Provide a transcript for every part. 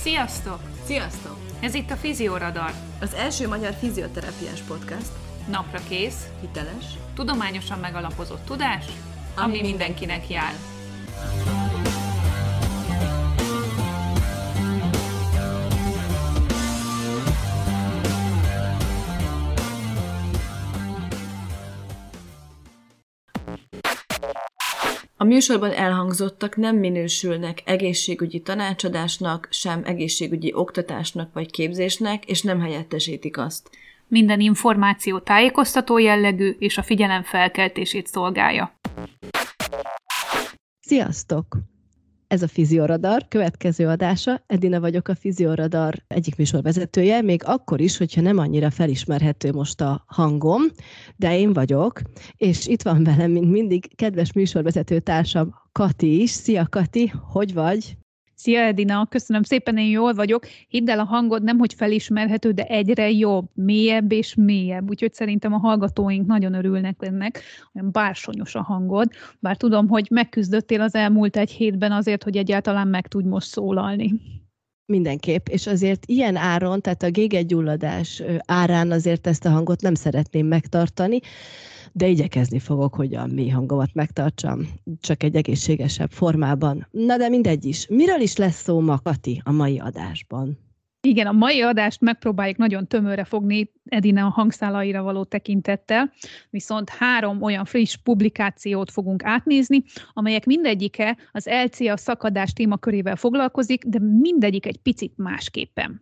Sziasztok! Sziasztok! Ez itt a Fizioradar. Az első magyar fizioterápiás podcast. Napra kész, Hiteles, tudományosan megalapozott tudás, ami mindenkinek jár. A műsorban elhangzottak nem minősülnek egészségügyi tanácsadásnak, sem egészségügyi oktatásnak vagy képzésnek, és nem helyettesítik azt. Minden információ tájékoztató jellegű, és a figyelem felkeltését szolgálja. Sziasztok! Ez a Fizioradar következő adása. Edina vagyok, a Fizioradar egyik műsorvezetője, még akkor is, hogyha nem annyira felismerhető most a hangom, de én vagyok, és itt van velem, mint mindig, kedves műsorvezető társam Kati is. Szia Kati, hogy vagy? Szia Edina, köszönöm szépen, én jól vagyok. Hidd el, a hangod nemhogy felismerhető, de egyre jobb, mélyebb és mélyebb. Úgyhogy szerintem a hallgatóink nagyon örülnek ennek, olyan bársonyos a hangod. Bár tudom, hogy megküzdöttél az elmúlt egy hétben azért, hogy egyáltalán meg tudj most szólalni. Mindenképp, és azért ilyen áron, tehát a gégegyulladás árán azért ezt a hangot nem szeretném megtartani, de igyekezni fogok, hogy a mély hangomat megtartsam, csak egy egészségesebb formában. Na de mindegy is. Miről is lesz szó ma, Kati, a mai adásban? Igen, a mai adást megpróbáljuk nagyon tömörre fogni Edina a hangszálaira való tekintettel, viszont 3 olyan friss publikációt fogunk átnézni, amelyek mindegyike az LCA szakadás témakörével foglalkozik, de mindegyik egy picit másképpen.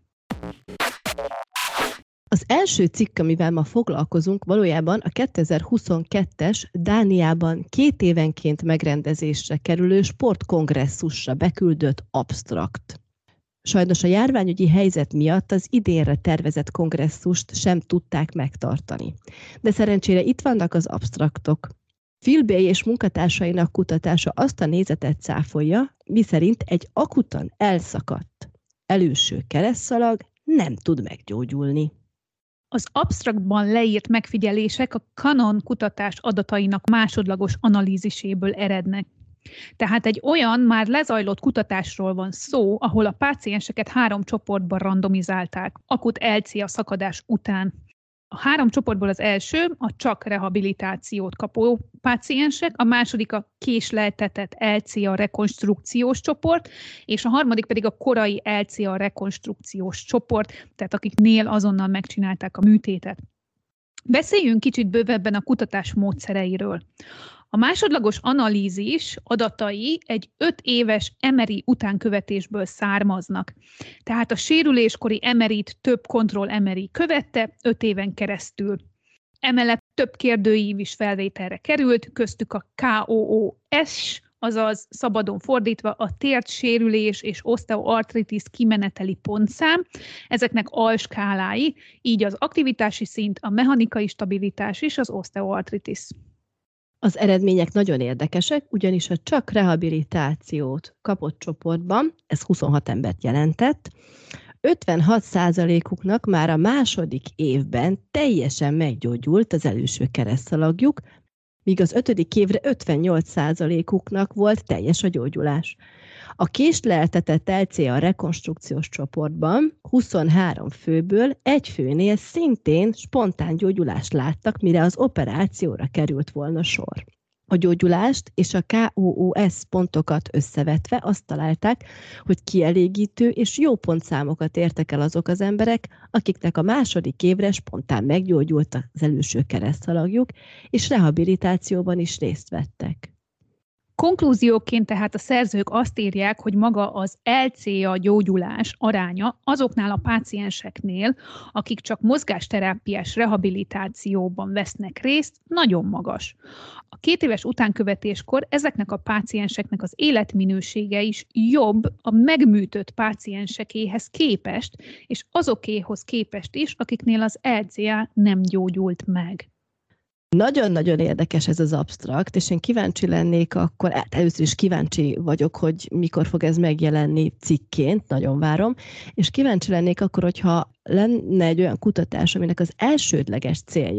Az első cikk, amivel ma foglalkozunk, valójában a 2022-es Dániában 2 évenként megrendezésre kerülő sportkongresszusra beküldött absztrakt. Sajnos a járványügyi helyzet miatt az idénre tervezett kongresszust sem tudták megtartani. De szerencsére itt vannak az absztraktok. Phil Bay és munkatársainak kutatása azt a nézetet cáfolja, miszerint egy akutan elszakadt előső keresztszalag nem tud meggyógyulni. Az absztraktban leírt megfigyelések a Canon kutatás adatainak másodlagos analíziséből erednek. Tehát egy olyan már lezajlott kutatásról van szó, ahol a pácienseket 3 csoportban randomizálták, akut LCA szakadás után. A 3 csoportból az első a csak rehabilitációt kapó páciensek, a második a késleltetett LCA rekonstrukciós csoport, és a harmadik pedig a korai LCA rekonstrukciós csoport, tehát akiknél azonnal megcsinálták a műtétet. Beszéljünk kicsit bővebben a kutatás módszereiről. A másodlagos analízis adatai egy 5 éves MRI utánkövetésből származnak. Tehát a sérüléskori MRI-t több kontroll MRI követte 5 éven keresztül. Emellett több kérdőív is felvételre került, köztük a KOOS, azaz szabadon fordítva a tért sérülés és oszteoartritis kimeneteli pontszám, ezeknek alskálái, így az aktivitási szint, a mechanikai stabilitás és az oszteoartritis. Az eredmények nagyon érdekesek, ugyanis a csak rehabilitációt kapott csoportban, ez 26 embert jelentett, 56%-uknak már a második évben teljesen meggyógyult az előső keresztszalagjuk, míg az 5. évre 58%-uknak volt teljes a gyógyulás. A késleltetett LCA rekonstrukciós csoportban 23 főből 1 főnél szintén spontán gyógyulást láttak, mire az operációra került volna sor. A gyógyulást és a KOOS pontokat összevetve azt találták, hogy kielégítő és jó pontszámokat értek el azok az emberek, akiknek a második évre spontán meggyógyult az előső keresztszalagjuk, és rehabilitációban is részt vettek. Konklúzióként tehát a szerzők azt írják, hogy maga az LCA gyógyulás aránya azoknál a pácienseknél, akik csak mozgásterápiás rehabilitációban vesznek részt, nagyon magas. A 2 éves utánkövetéskor ezeknek a pácienseknek az életminősége is jobb a megműtött páciensekéhez képest, és azokéhoz képest is, akiknél az LCA nem gyógyult meg. Nagyon-nagyon érdekes ez az absztrakt, és én kíváncsi lennék akkor, először is kíváncsi vagyok, hogy mikor fog ez megjelenni cikként, nagyon várom, és kíváncsi lennék akkor, hogyha lenne egy olyan kutatás, aminek az elsődleges célja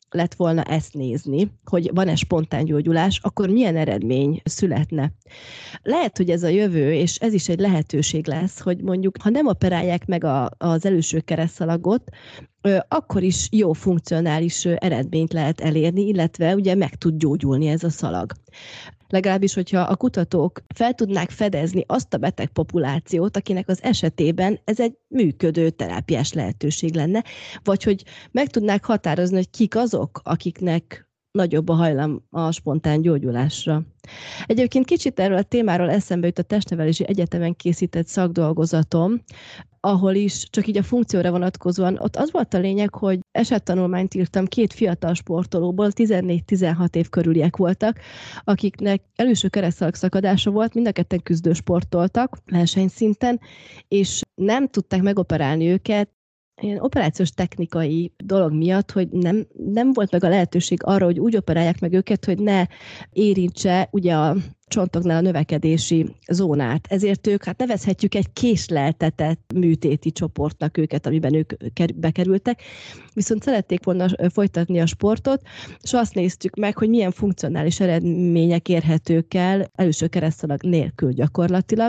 lett volna ezt nézni, hogy van-e spontán gyógyulás, akkor milyen eredmény születne. Lehet, hogy ez a jövő, és ez is egy lehetőség lesz, hogy mondjuk, ha nem operálják meg az előső keresztszalagot, akkor is jó funkcionális eredményt lehet elérni, illetve ugye meg tud gyógyulni ez a szalag. Legalábbis, hogyha a kutatók fel tudnák fedezni azt a betegpopulációt, akinek az esetében ez egy működő terápiás lehetőség lenne, vagy hogy meg tudnák határozni, hogy kik azok, akiknek nagyobb a hajlam a spontán gyógyulásra. Egyébként kicsit erről a témáról eszembe jut a Testnevelési Egyetemen készített szakdolgozatom, ahol is csak így a funkcióra vonatkozóan, ott az volt a lényeg, hogy esettanulmányt írtam 2 fiatal sportolóból, 14-16 év körüliek voltak, akiknek előső keresztszalag szakadása volt, mind a ketten küzdősportoltak versenyszinten, és nem tudták megoperálni őket, ilyen operációs technikai dolog miatt, hogy nem volt meg a lehetőség arra, hogy úgy operálják meg őket, hogy ne érintse ugye a csontoknál a növekedési zónát. Ezért ők, hát nevezhetjük egy késleltetett műtéti csoportnak őket, amiben ők bekerültek, viszont szerették volna folytatni a sportot, és azt néztük meg, hogy milyen funkcionális eredmények érhetők el előső keresztszalag nélkül gyakorlatilag,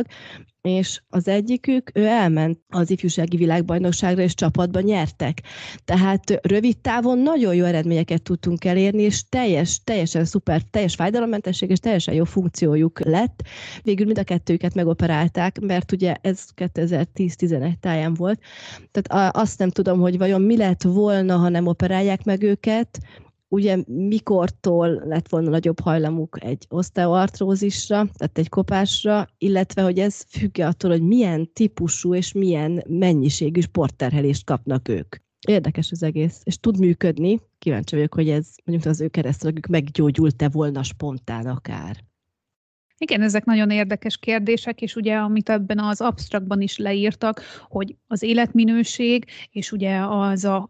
és az egyikük, ő elment az ifjúsági világbajnokságra, és csapatban nyertek. Tehát rövid távon nagyon jó eredményeket tudtunk elérni, és teljesen szuper, teljes fájdalommentesség, és teljesen jó funkciójuk lett. Végül mind a kettőket megoperálták, mert ugye ez 2010-11 táján volt. Tehát azt nem tudom, hogy vajon mi lett volna, ha nem operálják meg őket. Ugye mikortól lett volna nagyobb hajlamuk egy oszteoartrózisra, tehát egy kopásra, illetve hogy ez függ attól, hogy milyen típusú és milyen mennyiségű sportterhelést kapnak ők. Érdekes az egész, és tud működni. Kíváncsi vagyok, hogy ez mondjuk az ő keresztülagük meggyógyult-e volna spontán akár. Igen, ezek nagyon érdekes kérdések, és ugye, amit ebben az absztraktban is leírtak, hogy az életminőség, és ugye az a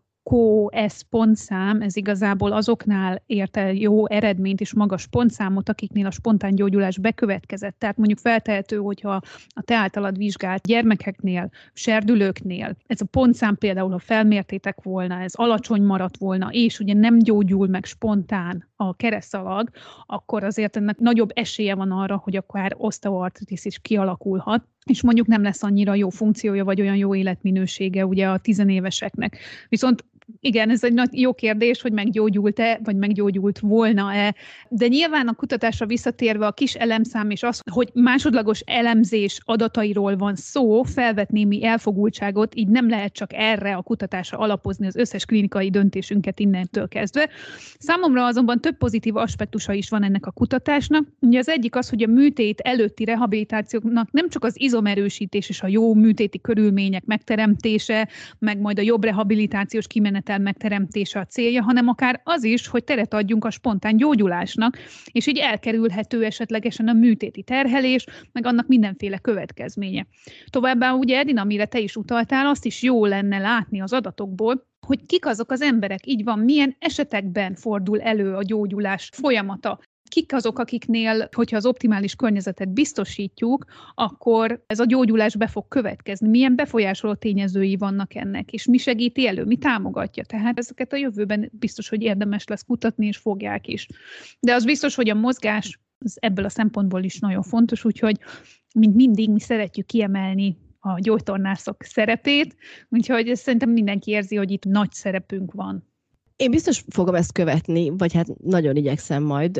QS pontszám, ez igazából azoknál ért el jó eredményt és magas pontszámot, akiknél a spontán gyógyulás bekövetkezett. Tehát mondjuk feltehető, hogyha a te általad vizsgált gyermekeknél, serdülőknél ez a pontszám például, ha felmértétek volna, ez alacsony maradt volna, és ugye nem gyógyul meg spontán a keresztszalag, akkor azért ennek nagyobb esélye van arra, hogy akár oszteoartritis is kialakulhat, és mondjuk nem lesz annyira jó funkciója, vagy olyan jó életminősége ugye a tizenéveseknek. Viszont igen, ez egy jó kérdés, hogy meggyógyult-e, vagy meggyógyult volna-e, de nyilván a kutatásra visszatérve a kis elemszám és az, hogy másodlagos elemzés adatairól van szó, felvet némi elfogultságot, így nem lehet csak erre a kutatásra alapozni az összes klinikai döntésünket innentől kezdve. Számomra azonban több pozitív aspektusa is van ennek a kutatásnak. Ugye az egyik az, hogy a műtét előtti rehabilitációknak nem csak az izomerősítés és a jó műtéti körülmények megteremtése, meg majd a jobb rehabilitációs kimenetel megteremtése a célja, hanem akár az is, hogy teret adjunk a spontán gyógyulásnak, és így elkerülhető esetlegesen a műtéti terhelés, meg annak mindenféle következménye. Továbbá ugye, Edina, amire te is utaltál, azt is jó lenne látni az adatokból, hogy kik azok az emberek, így van, milyen esetekben fordul elő a gyógyulás folyamata. Kik azok, akiknél, hogyha az optimális környezetet biztosítjuk, akkor ez a gyógyulás be fog következni. Milyen befolyásoló tényezői vannak ennek, és mi segíti elő, mi támogatja. Tehát ezeket a jövőben biztos, hogy érdemes lesz kutatni, és fogják is. De az biztos, hogy a mozgás az ebből a szempontból is nagyon fontos, úgyhogy mint mindig mi szeretjük kiemelni a gyógytornászok szerepét, úgyhogy szerintem mindenki érzi, hogy itt nagy szerepünk van. Én biztos fogom ezt követni, vagy hát nagyon igyekszem majd.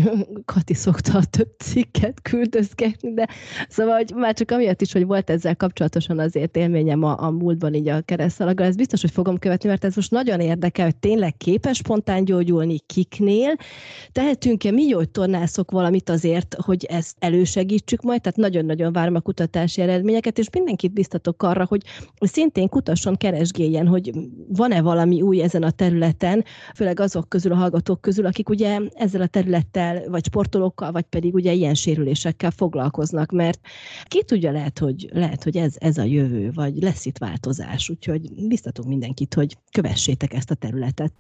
Kati szokta több cikket küldözgetni, de szóval hogy már csak amiatt is, hogy volt ezzel kapcsolatosan azért élményem a múltban így a keresztszalaggal, ez biztos, hogy fogom követni, mert ez most nagyon érdekel, hogy tényleg képes spontán gyógyulni kiknél. Tehetünk-e mi gyógytornászok valamit azért, hogy ezt elősegítsük majd, tehát nagyon-nagyon várom a kutatási eredményeket, és mindenkit biztatok arra, hogy szintén kutasson, keresgéljen, hogy van-e valami új ezen a területen, főleg azok közül, a hallgatók közül, akik ugye ezzel a területtel, vagy sportolókkal, vagy pedig ugye ilyen sérülésekkel foglalkoznak, mert ki tudja, lehet, hogy ez a jövő, vagy lesz itt változás, úgyhogy biztatunk mindenkit, hogy kövessétek ezt a területet.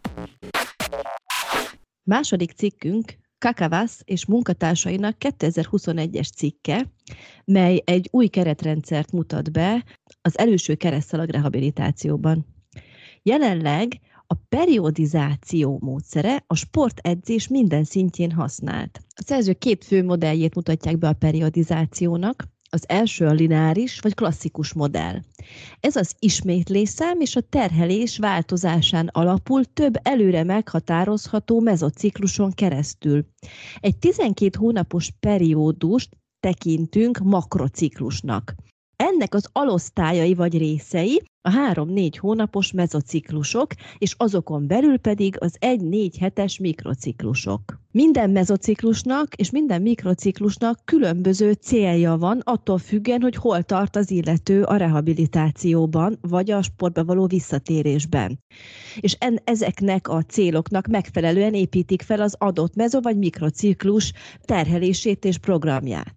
Második cikkünk Kakavas és munkatársainak 2021-es cikke, mely egy új keretrendszert mutat be az előső keresztszalag rehabilitációban. Jelenleg A periodizáció módszere a sportedzés minden szintjén használt. A szerzők 2 fő modelljét mutatják be a periodizációnak. Az első a lineáris vagy klasszikus modell. Ez az ismétlésszám és a terhelés változásán alapul több előre meghatározható mezocikluson keresztül. Egy 12 hónapos periódust tekintünk makrociklusnak. Ennek az alosztályai vagy részei a 3-4 hónapos mezociklusok, és azokon belül pedig az 1-4 hetes mikrociklusok. Minden mezociklusnak és minden mikrociklusnak különböző célja van, attól függően, hogy hol tart az illető a rehabilitációban, vagy a sportba való visszatérésben. És ezeknek a céloknak megfelelően építik fel az adott mezo- vagy mikrociklus terhelését és programját.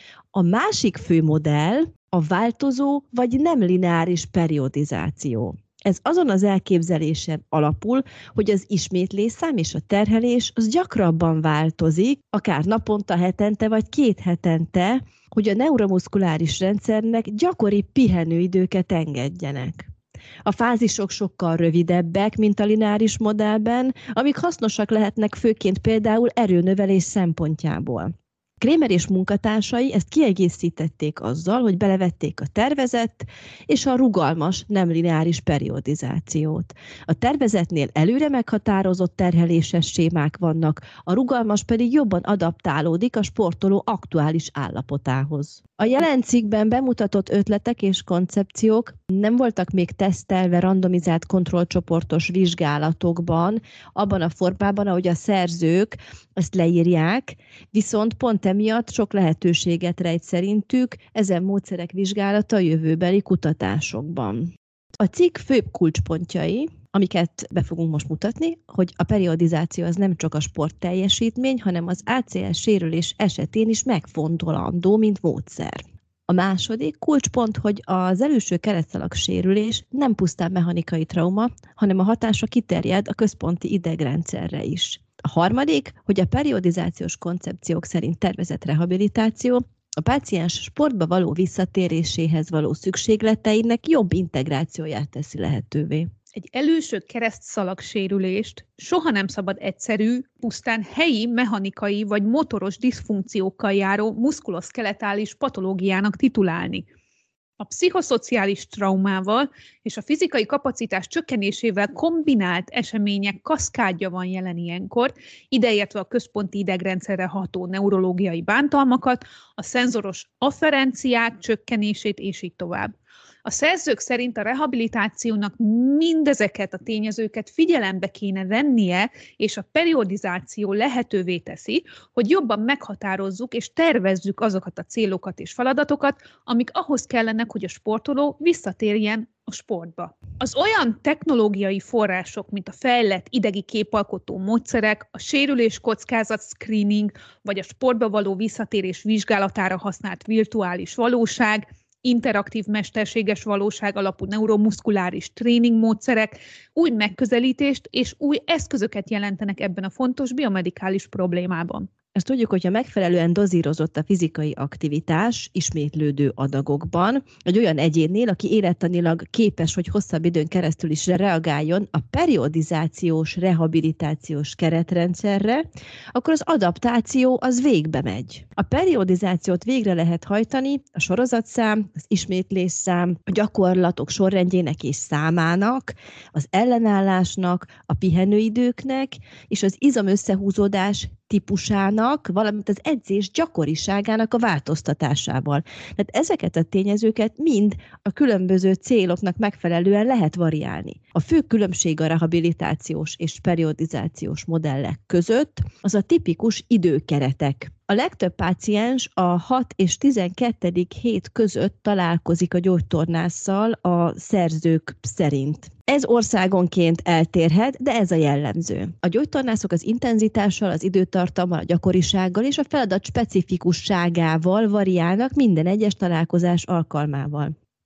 A másik fő modell a változó vagy nem lineáris periodizáció. Ez azon az elképzelésen alapul, hogy az ismétlésszám és a terhelés az gyakrabban változik, akár naponta, hetente vagy 2 hetente, hogy a neuromuszkuláris rendszernek gyakori pihenőidőket engedjenek. A fázisok sokkal rövidebbek, mint a lineáris modellben, amik hasznosak lehetnek főként például erőnövelés szempontjából. Krémer és munkatársai ezt kiegészítették azzal, hogy belevették a tervezett és a rugalmas, nem lineáris periodizációt. A tervezetnél előre meghatározott terheléses sémák vannak, a rugalmas pedig jobban adaptálódik a sportoló aktuális állapotához. A jelen cikkben bemutatott ötletek és koncepciók nem voltak még tesztelve randomizált kontrollcsoportos vizsgálatokban, abban a formában, ahogy a szerzők ezt leírják, viszont pont emiatt sok lehetőséget rejt szerintük ezen módszerek vizsgálata a jövőbeli kutatásokban. A cikk főbb kulcspontjai, amiket be fogunk most mutatni, hogy a periodizáció az nem csak a sportteljesítmény, hanem az ACL sérülés esetén is megfontolandó, mint módszer. A második kulcspont, hogy az elülső keresztszalag sérülés nem pusztán mechanikai trauma, hanem a hatása kiterjed a központi idegrendszerre is. A harmadik, hogy a periodizációs koncepciók szerint tervezett rehabilitáció a páciens sportba való visszatéréséhez való szükségleteinek jobb integrációját teszi lehetővé. Egy elülső keresztszalag sérülést soha nem szabad egyszerű, pusztán helyi, mechanikai vagy motoros diszfunkciókkal járó muszkuloszkeletális patológiának titulálni. A pszichoszociális traumával és a fizikai kapacitás csökkenésével kombinált események kaszkádja van jelen ilyenkor, ideértve a központi idegrendszerre ható neurológiai bántalmakat, a szenzoros afferenciák csökkenését és így tovább. A szerzők szerint a rehabilitációnak mindezeket a tényezőket figyelembe kéne vennie, és a periodizáció lehetővé teszi, hogy jobban meghatározzuk és tervezzük azokat a célokat és feladatokat, amik ahhoz kellenek, hogy a sportoló visszatérjen a sportba. Az olyan technológiai források, mint a fejlett idegi képalkotó módszerek, a sérülés kockázat screening, vagy a sportba való visszatérés vizsgálatára használt virtuális valóság, interaktív mesterséges valóság alapú neuromuszkuláris tréningmódszerek új megközelítést és új eszközöket jelentenek ebben a fontos biomedikális problémában. Ezt tudjuk, hogyha megfelelően dozírozott a fizikai aktivitás ismétlődő adagokban, egy olyan egyénnél, aki élettanilag képes, hogy hosszabb időn keresztül is reagáljon a periodizációs, rehabilitációs keretrendszerre, akkor az adaptáció az végbe megy. A periodizációt végre lehet hajtani a sorozatszám, az ismétlésszám, a gyakorlatok sorrendjének és számának, az ellenállásnak, a pihenőidőknek és az izomösszehúzódás típusának, valamint az edzés gyakoriságának a változtatásával. Tehát ezeket a tényezőket mind a különböző céloknak megfelelően lehet variálni. A fő különbség a rehabilitációs és periodizációs modellek között az a tipikus időkeretek. A legtöbb páciens a 6 és 12. hét között találkozik a gyógytornásszal a szerzők szerint. Ez országonként eltérhet, de ez a jellemző. A gyógytornászok az intenzitással, az időtartammal, a gyakorisággal és a feladat specifikusságával variálnak minden egyes találkozás alkalmával.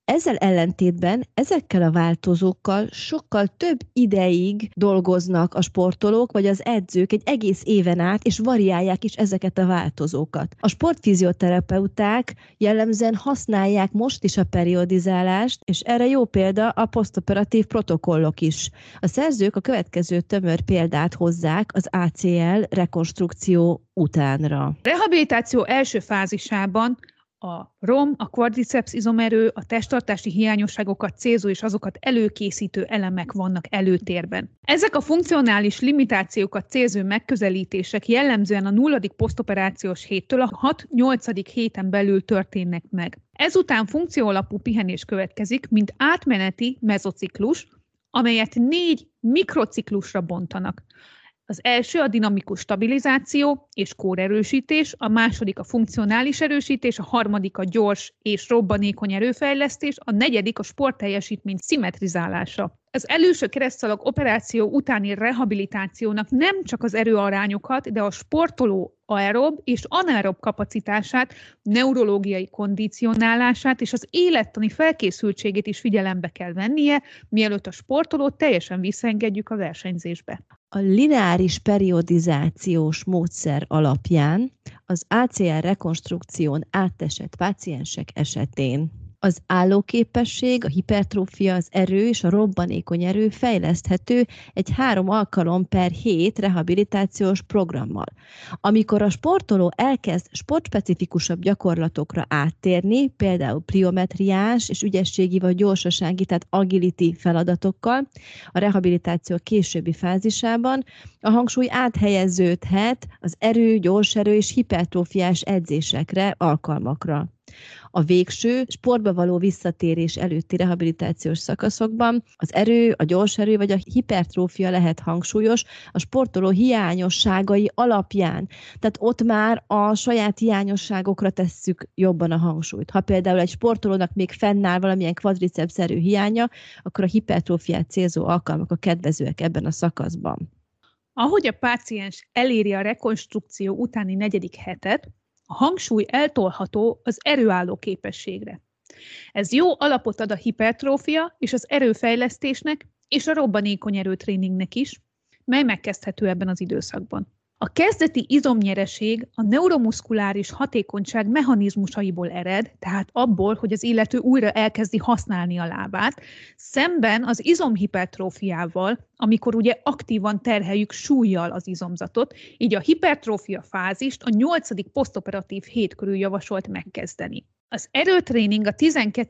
Ezzel ellentétben ezekkel a változókkal sokkal több ideig dolgoznak a sportolók vagy az edzők egy egész éven át, és variálják is ezeket a változókat. A sportfizioterapeuták jellemzően használják most is a periodizálást, és erre jó példa a posztoperatív protokollok is. A szerzők a következő tömör példát hozzák az ACL rekonstrukció utánra. A rehabilitáció első fázisában a ROM, a quadriceps izomerő, a testtartási hiányosságokat célzó és azokat előkészítő elemek vannak előtérben. Ezek a funkcionális limitációkat célzó megközelítések jellemzően a 0. posztoperációs héttől a 6-8. héten belül történnek meg. Ezután funkcióalapú pihenés következik, mint átmeneti mezociklus, amelyet 4 mikrociklusra bontanak. Az első a dinamikus stabilizáció és kórerősítés, a második a funkcionális erősítés, a harmadik a gyors és robbanékony erőfejlesztés, a negyedik a sportteljesítmény szimmetrizálása. Az előső keresztszalag operáció utáni rehabilitációnak nem csak az erőarányokat, de a sportoló aerob és anaerob kapacitását, neurológiai kondicionálását és az élettani felkészültségét is figyelembe kell vennie, mielőtt a sportolót teljesen visszaengedjük a versenyzésbe. A lineáris periodizációs módszer alapján az ACL rekonstrukción átesett páciensek esetén az állóképesség, a hipertrófia, az erő és a robbanékony erő fejleszthető egy 3 alkalom per hét rehabilitációs programmal. Amikor a sportoló elkezd sportspecifikusabb gyakorlatokra áttérni, például pliometriás és ügyességi vagy gyorsasági, tehát agility feladatokkal, a rehabilitáció későbbi fázisában a hangsúly áthelyeződhet az erő, gyorserő és hipertrófiás edzésekre, alkalmakra. A végső sportba való visszatérés előtti rehabilitációs szakaszokban az erő, a gyorserő vagy a hipertrófia lehet hangsúlyos a sportoló hiányosságai alapján. Tehát ott már a saját hiányosságokra tesszük jobban a hangsúlyt. Ha például egy sportolónak még fennáll valamilyen quadriceps erő hiánya, akkor a hipertrófiát célzó alkalmak a kedvezőek ebben a szakaszban. Ahogy a páciens eléri a rekonstrukció utáni 4. hetet, a hangsúly eltolható az erőálló képességre. Ez jó alapot ad a hipertrófia és az erőfejlesztésnek és a robbanékony erőtréningnek is, mely megkezdhető ebben az időszakban. A kezdeti izomnyereség a neuromuszkuláris hatékonyság mechanizmusaiból ered, tehát abból, hogy az illető újra elkezdi használni a lábát, szemben az izomhipertrófiával, amikor ugye aktívan terheljük súllyal az izomzatot, így a hipertrófia fázist a 8. posztoperatív hét körül javasolt megkezdeni. Az erőtréning a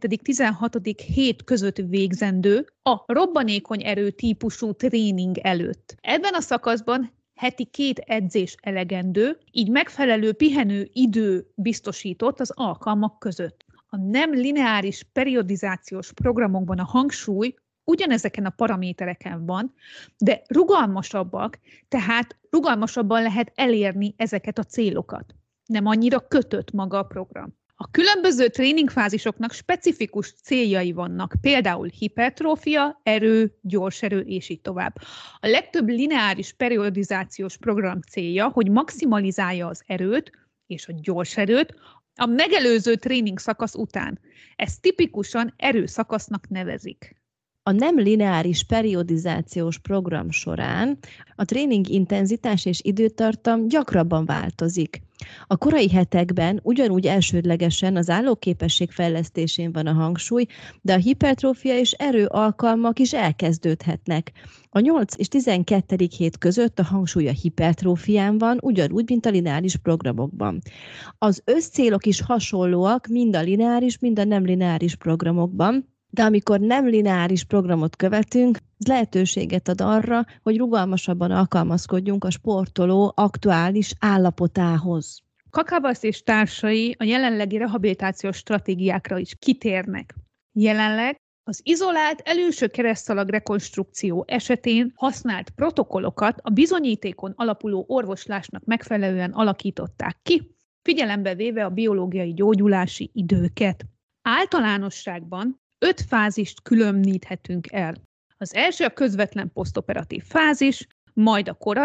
12.-16. hét között végzendő a robbanékony erő típusú tréning előtt. Ebben a szakaszban heti 2 edzés elegendő, így megfelelő pihenő idő biztosított az alkalmak között. A nem lineáris periodizációs programokban a hangsúly ugyanezeken a paramétereken van, de rugalmasabbak, tehát rugalmasabban lehet elérni ezeket a célokat. Nem annyira kötött maga a program. A különböző tréningfázisoknak specifikus céljai vannak, például hipertrófia, erő, gyorserő és így tovább. A legtöbb lineáris periodizációs program célja, hogy maximalizálja az erőt és a gyorserőt a megelőző tréning szakasz után. Ezt tipikusan erőszakasznak nevezik. A nem lineáris periodizációs program során a tréning intenzitás és időtartam gyakrabban változik. A korai hetekben ugyanúgy elsődlegesen az állóképesség fejlesztésén van a hangsúly, de a hipertrófia és erő alkalmak is elkezdődhetnek. A 8 és 12. hét között a hangsúly a hipertrófián van, ugyanúgy, mint a lineáris programokban. Az összcélok is hasonlóak mind a lineáris, mind a nem lineáris programokban, de amikor nem lineáris programot követünk, ez lehetőséget ad arra, hogy rugalmasabban alkalmazkodjunk a sportoló aktuális állapotához. Kakabasz és társai a jelenlegi rehabilitációs stratégiákra is kitérnek. Jelenleg az izolált előső keresztszalag rekonstrukció esetén használt protokollokat a bizonyítékon alapuló orvoslásnak megfelelően alakították ki, figyelembe véve a biológiai gyógyulási időket. Általánosságban 5 fázist különíthetünk el. Az első a közvetlen posztoperatív fázis, majd a korai,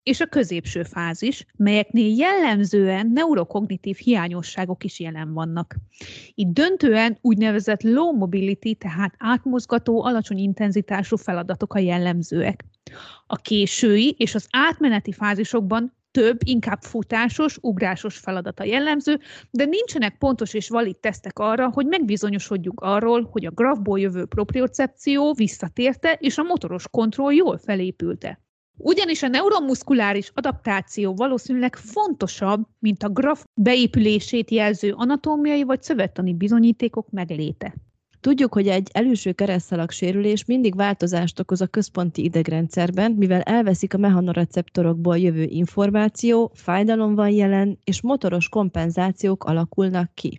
és a középső fázis, melyeknél jellemzően neurokognitív hiányosságok is jelen vannak. Itt döntően úgynevezett low mobility, tehát átmozgató, alacsony intenzitású feladatok a jellemzőek. A késői és az átmeneti fázisokban több, inkább futásos, ugrásos feladata jellemző, de nincsenek pontos és valid tesztek arra, hogy megbizonyosodjuk arról, hogy a grafból jövő propriocepció visszatérte, és a motoros kontroll jól felépülte. Ugyanis a neuromuszkuláris adaptáció valószínűleg fontosabb, mint a graf beépülését jelző anatómiai vagy szövettani bizonyítékok megléte. Tudjuk, hogy egy előső keresztszalag sérülés mindig változást okoz a központi idegrendszerben, mivel elveszik a mechanoreceptorokból jövő információ, fájdalom van jelen, és motoros kompenzációk alakulnak ki.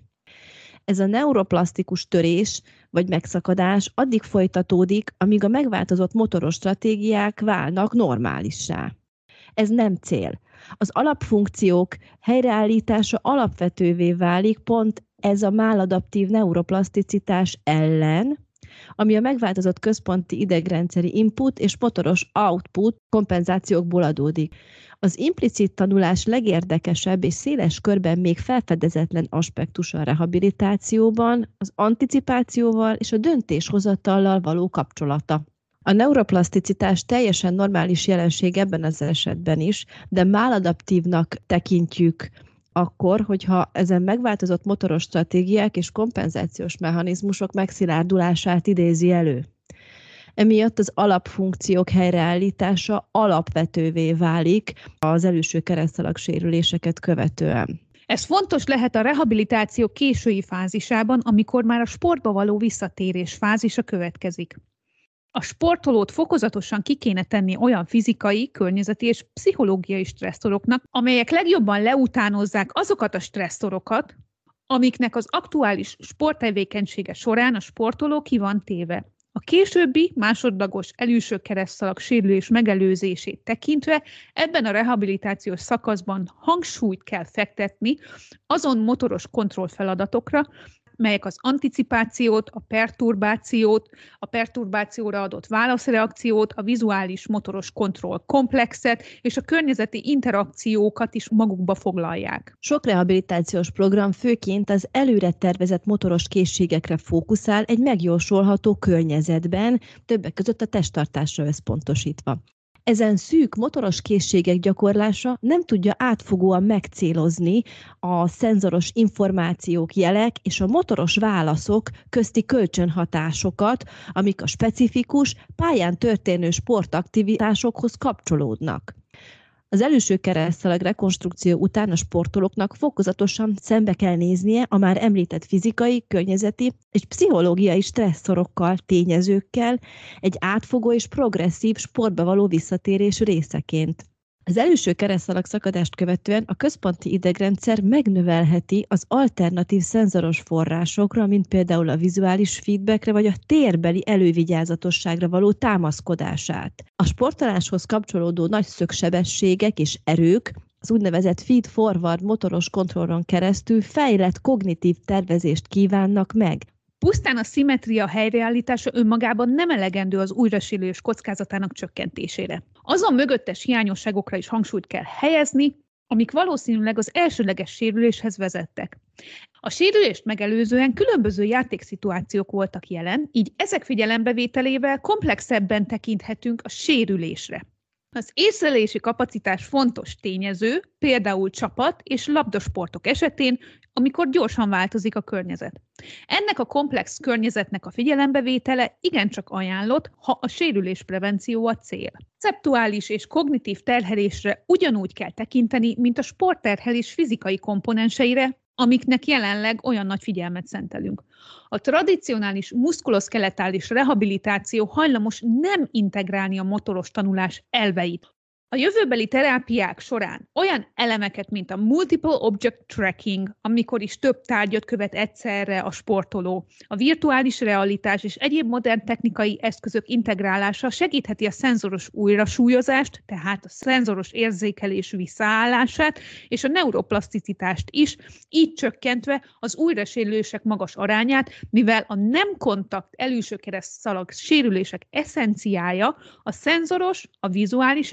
Ez a neuroplasztikus törés vagy megszakadás addig folytatódik, amíg a megváltozott motoros stratégiák válnak normálissá. Ez nem cél. Az alapfunkciók helyreállítása alapvetővé válik pont ez a máladaptív neuroplaszticitás ellen, ami a megváltozott központi idegrendszeri input és motoros output kompenzációkból adódik. Az implicit tanulás legérdekesebb és széles körben még felfedezetlen aspektusa a rehabilitációban az anticipációval és a döntéshozatallal való kapcsolata. A neuroplaszticitás teljesen normális jelenség ebben az esetben is, de máladaptívnak tekintjük akkor, hogyha ezen megváltozott motoros stratégiák és kompenzációs mechanizmusok megszilárdulását idézi elő. Emiatt az alapfunkciók helyreállítása alapvetővé válik az előső keresztszalag sérüléseket követően. Ez fontos lehet a rehabilitáció késői fázisában, amikor már a sportba való visszatérés fázisa következik. A sportolót fokozatosan ki kéne tenni olyan fizikai, környezeti és pszichológiai stresszoroknak, amelyek legjobban leutánozzák azokat a stresszorokat, amiknek az aktuális sporttevékenysége során a sportoló ki van téve. A későbbi, másodlagos előső keresztszalag sérülés megelőzését tekintve ebben a rehabilitációs szakaszban hangsúlyt kell fektetni azon motoros kontrollfeladatokra, melyek az anticipációt, a perturbációra adott válaszreakciót, a vizuális motoros kontroll komplexet és a környezeti interakciókat is magukba foglalják. Sok rehabilitációs program főként az előre tervezett motoros készségekre fókuszál egy megjósolható környezetben, többek között a testtartásra összpontosítva. Ezen szűk motoros készségek gyakorlása nem tudja átfogóan megcélozni a szenzoros információk, jelek és a motoros válaszok közti kölcsönhatásokat, amik a specifikus, pályán történő sportaktivitásokhoz kapcsolódnak. Az előső keresztszalag rekonstrukció után a sportolóknak fokozatosan szembe kell néznie a már említett fizikai, környezeti és pszichológiai stresszorokkal, tényezőkkel egy átfogó és progresszív sportba való visszatérés részeként. Az előső keresztszalag szakadást követően a központi idegrendszer megnövelheti az alternatív szenzoros forrásokra, mint például a vizuális feedbackre vagy a térbeli elővigyázatosságra való támaszkodását. A sportoláshoz kapcsolódó nagy szögsebességek és erők az úgynevezett feed-forward motoros kontrollon keresztül fejlett kognitív tervezést kívánnak meg. Pusztán a szimmetria helyreállítása önmagában nem elegendő az újrasérülés kockázatának csökkentésére. Azon mögöttes hiányosságokra is hangsúlyt kell helyezni, amik valószínűleg az elsőleges sérüléshez vezettek. A sérülést megelőzően különböző játékszituációk voltak jelen, így ezek figyelembevételével komplexebben tekinthetünk a sérülésre. Az észlelési kapacitás fontos tényező, például csapat- és labdasportok esetén, amikor gyorsan változik a környezet. Ennek a komplex környezetnek a figyelembevétele igencsak ajánlott, ha a sérülésprevenció a cél. Konceptuális és kognitív terhelésre ugyanúgy kell tekinteni, mint a sportterhelés fizikai komponenseire, amiknek jelenleg olyan nagy figyelmet szentelünk. A tradicionális muszkuloszkeletális rehabilitáció hajlamos nem integrálni a motoros tanulás elveit. A jövőbeli terápiák során olyan elemeket, mint a multiple object tracking, amikor is több tárgyat követ egyszerre a sportoló, a virtuális realitás és egyéb modern technikai eszközök integrálása segítheti a szenzoros újrasúlyozást, tehát a szenzoros érzékelés visszaállását és a neuroplaszticitást is, így csökkentve az újrasérülések magas arányát, mivel a nem kontakt előső keresztszalag sérülések eszenciája a szenzoros, a vizuális és a motoros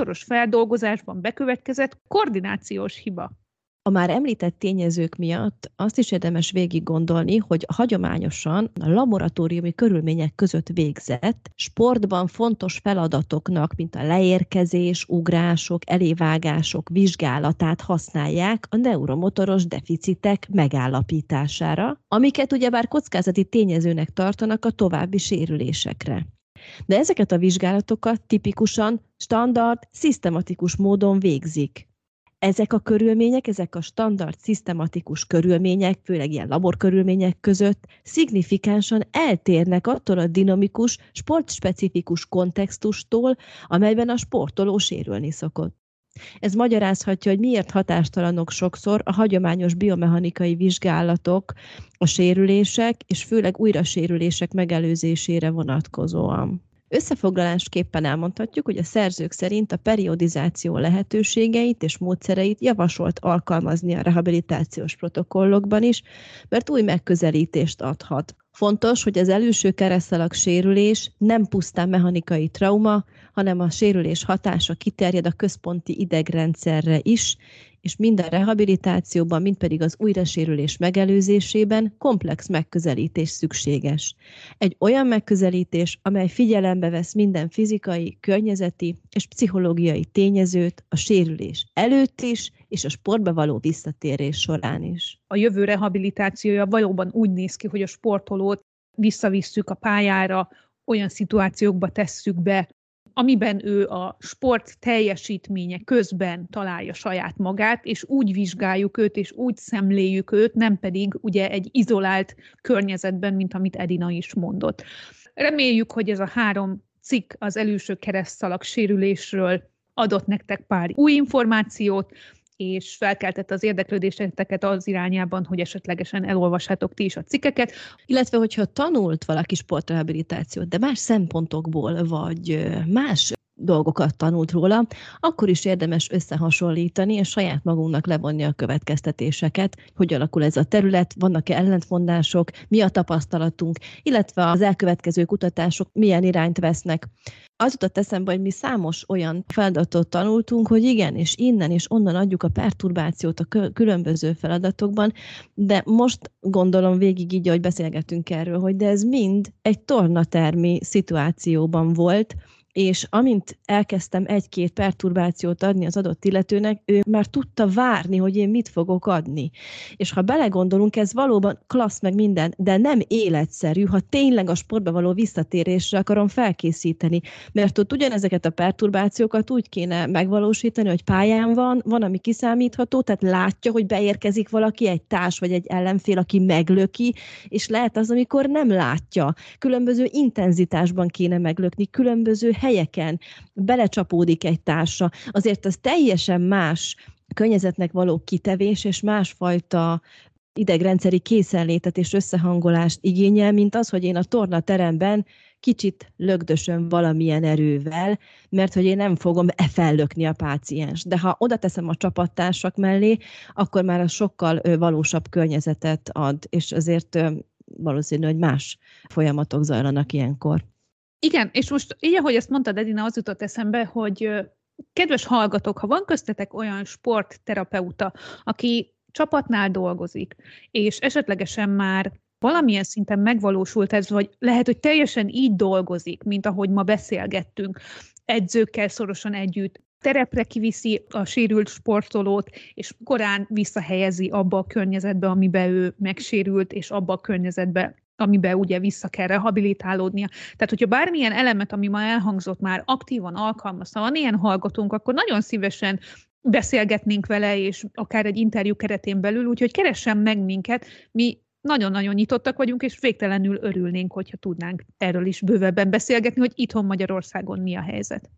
motoros feldolgozásban bekövetkezett koordinációs hiba. A már említett tényezők miatt azt is érdemes végig gondolni, hogy hagyományosan a laboratóriumi körülmények között végzett, sportban fontos feladatoknak, mint a leérkezés, ugrások, elévágások vizsgálatát használják a neuromotoros deficitek megállapítására, amiket ugyebár kockázati tényezőnek tartanak a további sérülésekre. De ezeket a vizsgálatokat tipikusan standard, szisztematikus módon végzik. Ezek a körülmények, ezek a standard, szisztematikus körülmények, főleg ilyen laborkörülmények között szignifikánsan eltérnek attól a dinamikus, sportspecifikus kontextustól, amelyben a sportoló sérülni szokott. Ez magyarázhatja, hogy miért hatástalanok sokszor a hagyományos biomechanikai vizsgálatok, a sérülések és főleg újrasérülések megelőzésére vonatkozóan. Összefoglalásképpen elmondhatjuk, hogy a szerzők szerint a periodizáció lehetőségeit és módszereit javasolt alkalmazni a rehabilitációs protokollokban is, mert új megközelítést adhat. Fontos, hogy az elülső keresztszalag sérülés nem pusztán mechanikai trauma, hanem a sérülés hatása kiterjed a központi idegrendszerre is, és mind a rehabilitációban, mind pedig az újrasérülés megelőzésében komplex megközelítés szükséges. Egy olyan megközelítés, amely figyelembe vesz minden fizikai, környezeti és pszichológiai tényezőt a sérülés előtt is, és a sportba való visszatérés során is. A jövő rehabilitációja valóban úgy néz ki, hogy a sportolót visszavisszük a pályára, olyan szituációkba tesszük be, amiben ő a sport teljesítménye közben találja saját magát, és úgy vizsgáljuk őt, és úgy szemléljük őt, nem pedig ugye egy izolált környezetben, mint amit Edina is mondott. Reméljük, hogy ez a 3 cikk az elülső keresztszalag sérülésről adott nektek pár új információt, és felkeltette az érdeklődéseteket az irányában, hogy esetlegesen elolvassátok ti is a cikkeket. Illetve, hogyha tanult valaki sportrehabilitációt, de más szempontokból, vagy más dolgokat tanult róla, akkor is érdemes összehasonlítani, és saját magunknak levonni a következtetéseket, hogy alakul ez a terület, vannak-e ellentmondások, mi a tapasztalatunk, illetve az elkövetkező kutatások milyen irányt vesznek. Az jutott eszembe, hogy mi számos olyan feladatot tanultunk, hogy igen, és innen és onnan adjuk a perturbációt a különböző feladatokban, de most gondolom végig így, ahogy beszélgetünk erről, hogy de ez mind egy tornatermi szituációban volt, és amint elkezdtem 1-2 perturbációt adni az adott illetőnek, ő már tudta várni, hogy én mit fogok adni. És ha belegondolunk, ez valóban klassz meg minden, de nem életszerű, ha tényleg a sportba való visszatérésre akarom felkészíteni. Mert ott ugyanezeket a perturbációkat úgy kéne megvalósítani, hogy pályán van, ami kiszámítható, tehát látja, hogy beérkezik valaki, egy társ vagy egy ellenfél, aki meglöki, és lehet az, amikor nem látja. Különböző intenzitásban kéne meglökni, különböző helyeken belecsapódik egy társa. Azért az teljesen más környezetnek való kitevés, és másfajta idegrendszeri készenlétet és összehangolást igényel, mint az, hogy én a tornateremben kicsit lögdösöm valamilyen erővel, mert hogy én nem fogom fellökni a páciens. De ha oda teszem a csapattársak mellé, akkor már az sokkal valósabb környezetet ad, és azért valószínű, hogy más folyamatok zajlanak ilyenkor. Igen, és most így, ahogy ezt mondtad, Edina, az jutott eszembe, hogy kedves hallgatók, ha van köztetek olyan sportterapeuta, aki csapatnál dolgozik, és esetlegesen már valamilyen szinten megvalósult ez, vagy lehet, hogy teljesen így dolgozik, mint ahogy ma beszélgettünk, edzőkkel szorosan együtt, terepre kiviszi a sérült sportolót, és korán visszahelyezi abba a környezetbe, amiben ő megsérült, és abba a környezetbe, amiben ugye vissza kell rehabilitálódnia. Tehát, hogyha bármilyen elemet, ami ma elhangzott, már aktívan alkalmazta, van ilyen hallgatónk, akkor nagyon szívesen beszélgetnénk vele, és akár egy interjú keretén belül, úgyhogy keressen meg minket, mi nagyon-nagyon nyitottak vagyunk, és végtelenül örülnénk, hogyha tudnánk erről is bővebben beszélgetni, hogy itthon Magyarországon mi a helyzet.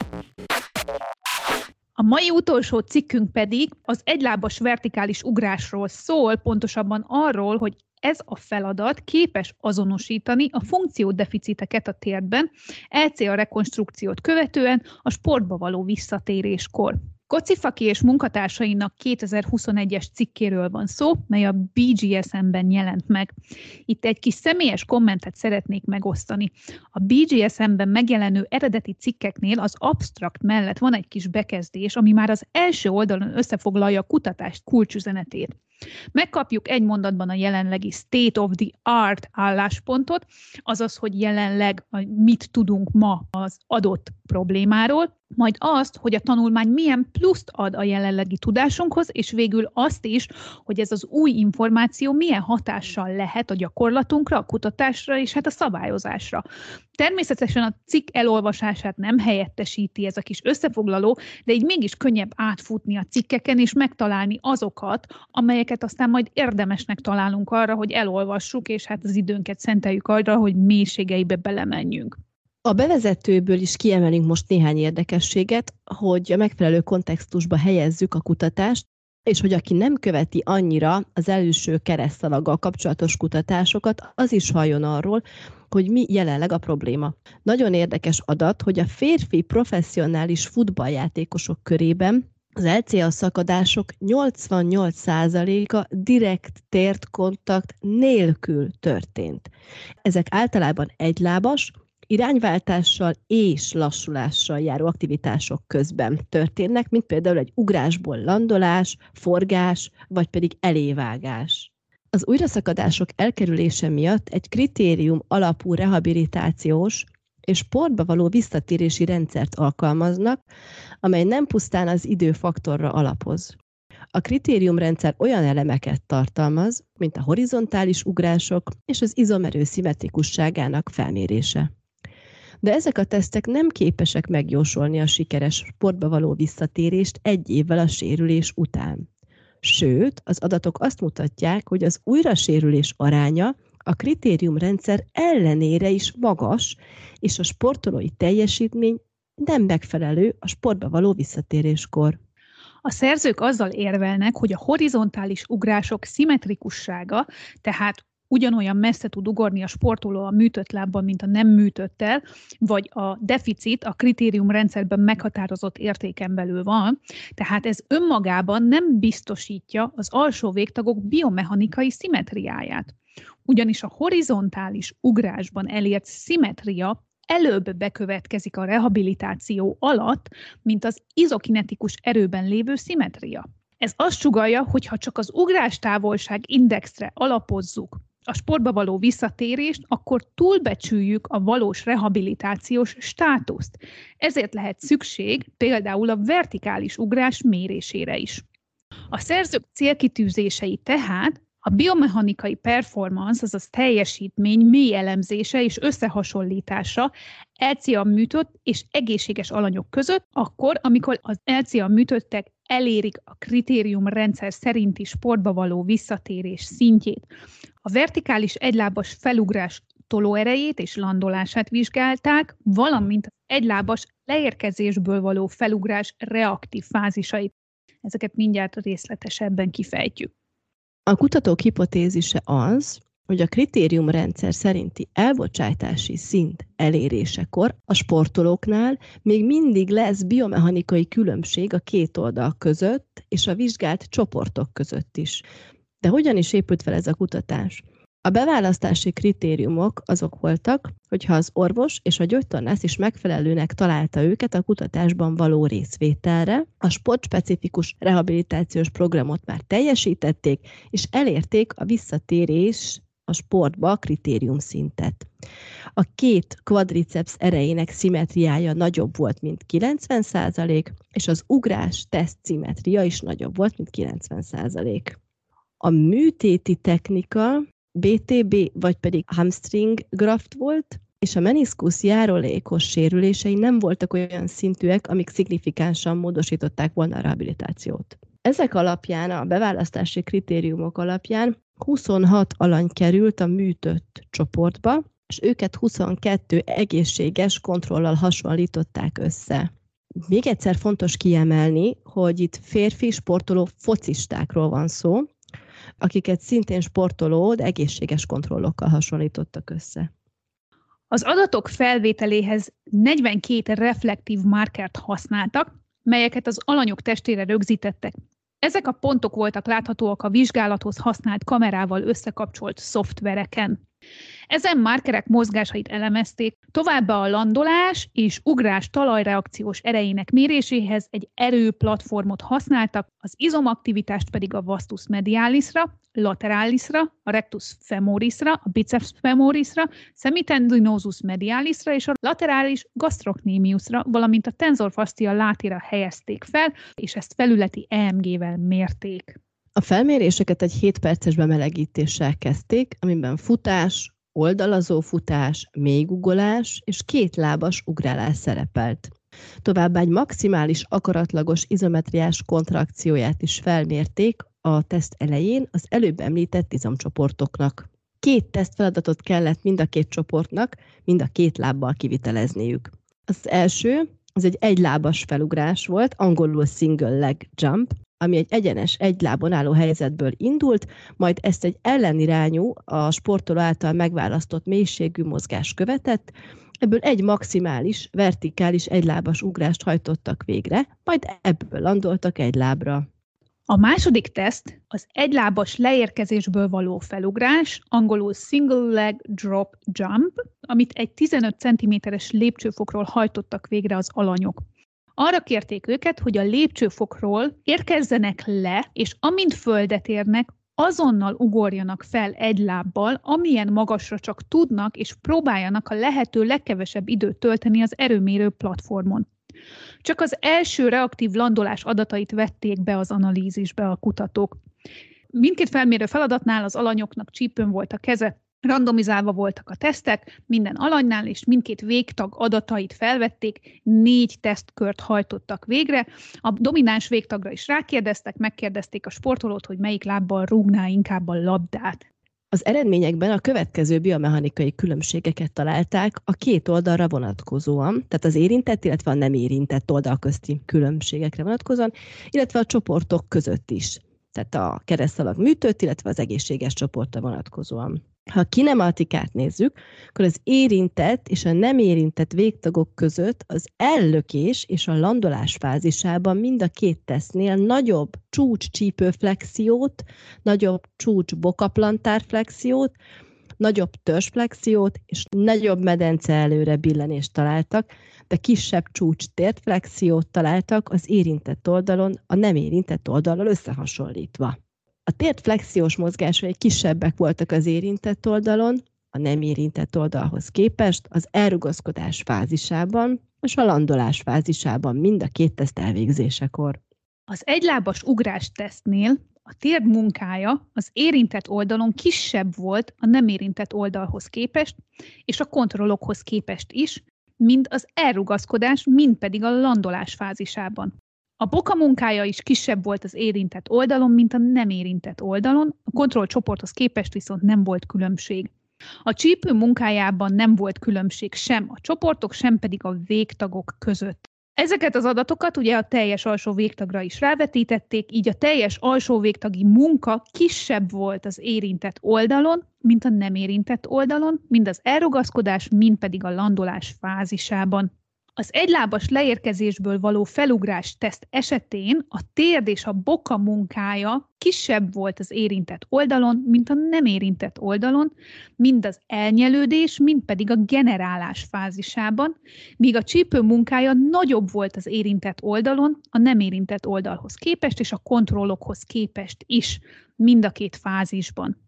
A mai utolsó cikkünk pedig az egylábas vertikális ugrásról szól, pontosabban arról, hogy ez a feladat képes azonosítani a funkciódeficiteket a térben, LCA rekonstrukciót követően a sportba való visszatéréskor. Kocifaki és munkatársainak 2021-es cikkéről van szó, mely a BGSM-ben jelent meg. Itt egy kis személyes kommentet szeretnék megosztani. A BGSM-ben megjelenő eredeti cikkeknél az absztrakt mellett van egy kis bekezdés, ami már az első oldalon összefoglalja a kutatás kulcsüzenetét. Megkapjuk egy mondatban a jelenlegi state of the art álláspontot, azaz, hogy jelenleg mit tudunk ma az adott problémáról, majd azt, hogy a tanulmány milyen pluszt ad a jelenlegi tudásunkhoz, és végül azt is, hogy ez az új információ milyen hatással lehet a gyakorlatunkra, a kutatásra és hát a szabályozásra. Természetesen a cikk elolvasását nem helyettesíti ez a kis összefoglaló, de így mégis könnyebb átfutni a cikkeken és megtalálni azokat, amelyeket aztán majd érdemesnek találunk arra, hogy elolvassuk, és hát az időnket szenteljük arra, hogy mélységeibe belemenjünk. A bevezetőből is kiemelünk most néhány érdekességet, hogy a megfelelő kontextusba helyezzük a kutatást, és hogy aki nem követi annyira az első keresztszalaggal kapcsolatos kutatásokat, az is halljon arról, hogy mi jelenleg a probléma. Nagyon érdekes adat, hogy a férfi professzionális futballjátékosok körében az LCA szakadások 88%-a direkt tért kontakt nélkül történt. Ezek általában egylábas, irányváltással és lassulással járó aktivitások közben történnek, mint például egy ugrásból landolás, forgás, vagy pedig elévágás. Az újraszakadások elkerülése miatt egy kritérium alapú rehabilitációs és sportba való visszatérési rendszert alkalmaznak, amely nem pusztán az időfaktorra alapoz. A kritériumrendszer olyan elemeket tartalmaz, mint a horizontális ugrások és az izomerő szimmetrikusságának felmérése. De ezek a tesztek nem képesek megjósolni a sikeres sportba való visszatérést egy évvel a sérülés után. Sőt, az adatok azt mutatják, hogy az újrasérülés aránya a kritériumrendszer ellenére is magas, és a sportolói teljesítmény nem megfelelő a sportba való visszatéréskor. A szerzők azzal érvelnek, hogy a horizontális ugrások szimmetrikussága, tehát ugyanolyan messze tud ugorni a sportoló a műtött lábbal, mint a nem műtöttel, vagy a deficit a kritériumrendszerben meghatározott értéken belül van, tehát ez önmagában nem biztosítja az alsó végtagok biomechanikai szimmetriáját. Ugyanis a horizontális ugrásban elért szimmetria előbb bekövetkezik a rehabilitáció alatt, mint az izokinetikus erőben lévő szimmetria. Ez azt sugallja, hogy ha csak az ugrástávolság indexre alapozzuk a sportba való visszatérést, akkor túlbecsüljük a valós rehabilitációs státuszt. Ezért lehet szükség például a vertikális ugrás mérésére is. A szerzők célkitűzései tehát a biomechanikai performance, azaz teljesítmény mély elemzése és összehasonlítása LCA műtött és egészséges alanyok között, akkor, amikor az LCA műtöttek elérik a kritériumrendszer szerinti sportba való visszatérés szintjét. A vertikális egylábas felugrás tolóerejét és landolását vizsgálták, valamint az egylábas leérkezésből való felugrás reaktív fázisait. Ezeket mindjárt részletesebben kifejtjük. A kutatók hipotézise az, hogy a kritériumrendszer szerinti elbocsátási szint elérésekor a sportolóknál még mindig lesz biomechanikai különbség a két oldal között és a vizsgált csoportok között is. De hogyan is épült fel ez a kutatás? A beválasztási kritériumok azok voltak, hogyha az orvos és a gyógytornász is megfelelőnek találta őket a kutatásban való részvételre, a sportspecifikus rehabilitációs programot már teljesítették, és elérték a visszatérés a sportba kritériumszintet. A két kvadriceps erejének szimmetriája nagyobb volt, mint 90%, és az ugrás teszt szimmetria is nagyobb volt, mint 90%. A műtéti technika BTB vagy pedig hamstring graft volt, és a meniszkusz járulékos sérülései nem voltak olyan szintűek, amik szignifikánsan módosították volna a rehabilitációt. Ezek alapján, a beválasztási kritériumok alapján 26 alany került a műtött csoportba, és őket 22 egészséges kontrollal hasonlították össze. Még egyszer fontos kiemelni, hogy itt férfi sportoló focistákról van szó, akiket szintén sportoló, de egészséges kontrollokkal hasonlítottak össze. Az adatok felvételéhez 42 reflektív markert használtak, melyeket az alanyok testére rögzítettek. Ezek a pontok voltak láthatóak a vizsgálathoz használt kamerával összekapcsolt szoftvereken. Ezen márkerek mozgásait elemezték, továbbá a landolás és ugrás talajreakciós erejének méréséhez egy erőplatformot használtak, az izomaktivitást pedig a vastus medialisra, lateralisra, a rectus femorisra, a biceps femorisra, semitendinosus medialisra és a lateralis gastrocnemiusra, valamint a tensor fascia latira helyezték fel, és ezt felületi EMG-vel mérték. A felméréseket egy 7 perces bemelegítéssel kezdték, amiben futás, oldalazó futás, mélyguggolás és 2 lábas ugrálás szerepelt. Továbbá egy maximális akaratlagos izometriás kontrakcióját is felmérték a teszt elején az előbb említett izomcsoportoknak. 2 tesztfeladatot kellett mind a 2 csoportnak, mind a 2 lábbal kivitelezniük. Az első, az egy egylábas felugrás volt, angolul single leg jump, ami egy egyenes, egy lábon álló helyzetből indult, majd ezt egy ellenirányú, a sportoló által megválasztott mélységű mozgás követett, ebből egy maximális, vertikális egylábas ugrást hajtottak végre, majd ebből landoltak egy lábra. A második teszt az egylábas leérkezésből való felugrás, angolul single leg drop jump, amit egy 15 cm-es lépcsőfokról hajtottak végre az alanyok. Arra kérték őket, hogy a lépcsőfokról érkezzenek le, és amint földet érnek, azonnal ugorjanak fel egy lábbal, amilyen magasra csak tudnak, és próbáljanak a lehető legkevesebb időt tölteni az erőmérő platformon. Csak az első reaktív landolás adatait vették be az analízisbe a kutatók. Mindkét felmérő feladatnál az alanyoknak csípőn volt a keze, randomizálva voltak a tesztek, minden alanynál és mindkét végtag adatait felvették, 4 tesztkört hajtottak végre. A domináns végtagra is rákérdeztek, megkérdezték a sportolót, hogy melyik lábbal rúgná inkább a labdát. Az eredményekben a következő biomechanikai különbségeket találták a 2 oldalra vonatkozóan, tehát az érintett, illetve a nem érintett oldal közti különbségekre vonatkozóan, illetve a csoportok között is, tehát a keresztszalag műtött, illetve az egészséges csoportra vonatkozóan. Ha a kinematikát nézzük, akkor az érintett és a nem érintett végtagok között az ellökés és a landolás fázisában mind a 2 tesztnél nagyobb csúcs-csípőflexiót, nagyobb csúcs-bokaplantárflexiót, nagyobb törzsflexiót és nagyobb medence előre billenést találtak, de kisebb csúcs-tértflexiót találtak az érintett oldalon, a nem érintett oldallal összehasonlítva. A tértflexiós mozgásai kisebbek voltak az érintett oldalon, a nem érintett oldalhoz képest, az elrugaszkodás fázisában és a landolás fázisában mind a 2 teszt elvégzésekor. Az egylábas ugrás tesztnél a térd munkája az érintett oldalon kisebb volt a nem érintett oldalhoz képest, és a kontrollokhoz képest is, mind az elrugaszkodás, mind pedig a landolás fázisában. A boka munkája is kisebb volt az érintett oldalon, mint a nem érintett oldalon, a kontrollcsoporthoz képest viszont nem volt különbség. A csípő munkájában nem volt különbség sem a csoportok, sem pedig a végtagok között. Ezeket az adatokat ugye a teljes alsó végtagra is rávetítették, így a teljes alsó végtagi munka kisebb volt az érintett oldalon, mint a nem érintett oldalon, mind az elrugaszkodás, mind pedig a landolás fázisában. Az egylábas leérkezésből való felugrás teszt esetén a térd és a boka munkája kisebb volt az érintett oldalon, mint a nem érintett oldalon, mind az elnyelődés, mind pedig a generálás fázisában, míg a csípő munkája nagyobb volt az érintett oldalon, a nem érintett oldalhoz képest, és a kontrollokhoz képest is, mind a 2 fázisban.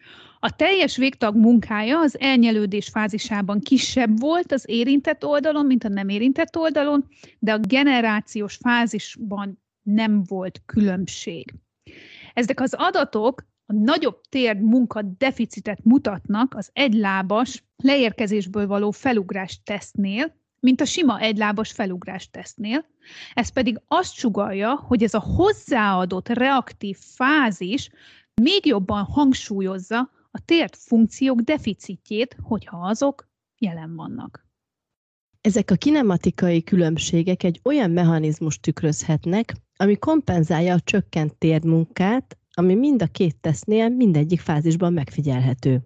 A teljes végtag munkája az elnyelődés fázisában kisebb volt az érintett oldalon, mint a nem érintett oldalon, de a generációs fázisban nem volt különbség. Ezek az adatok a nagyobb térd munka deficitet mutatnak az egylábas leérkezésből való felugrás tesztnél, mint a sima egylábas felugrás tesztnél. Ez pedig azt sugallja, hogy ez a hozzáadott reaktív fázis még jobban hangsúlyozza a térd funkciók deficitjét, hogyha azok jelen vannak. Ezek a kinematikai különbségek egy olyan mechanizmust tükrözhetnek, ami kompenzálja a csökkent térdmunkát, ami mind a 2 tesztnél mindegyik fázisban megfigyelhető.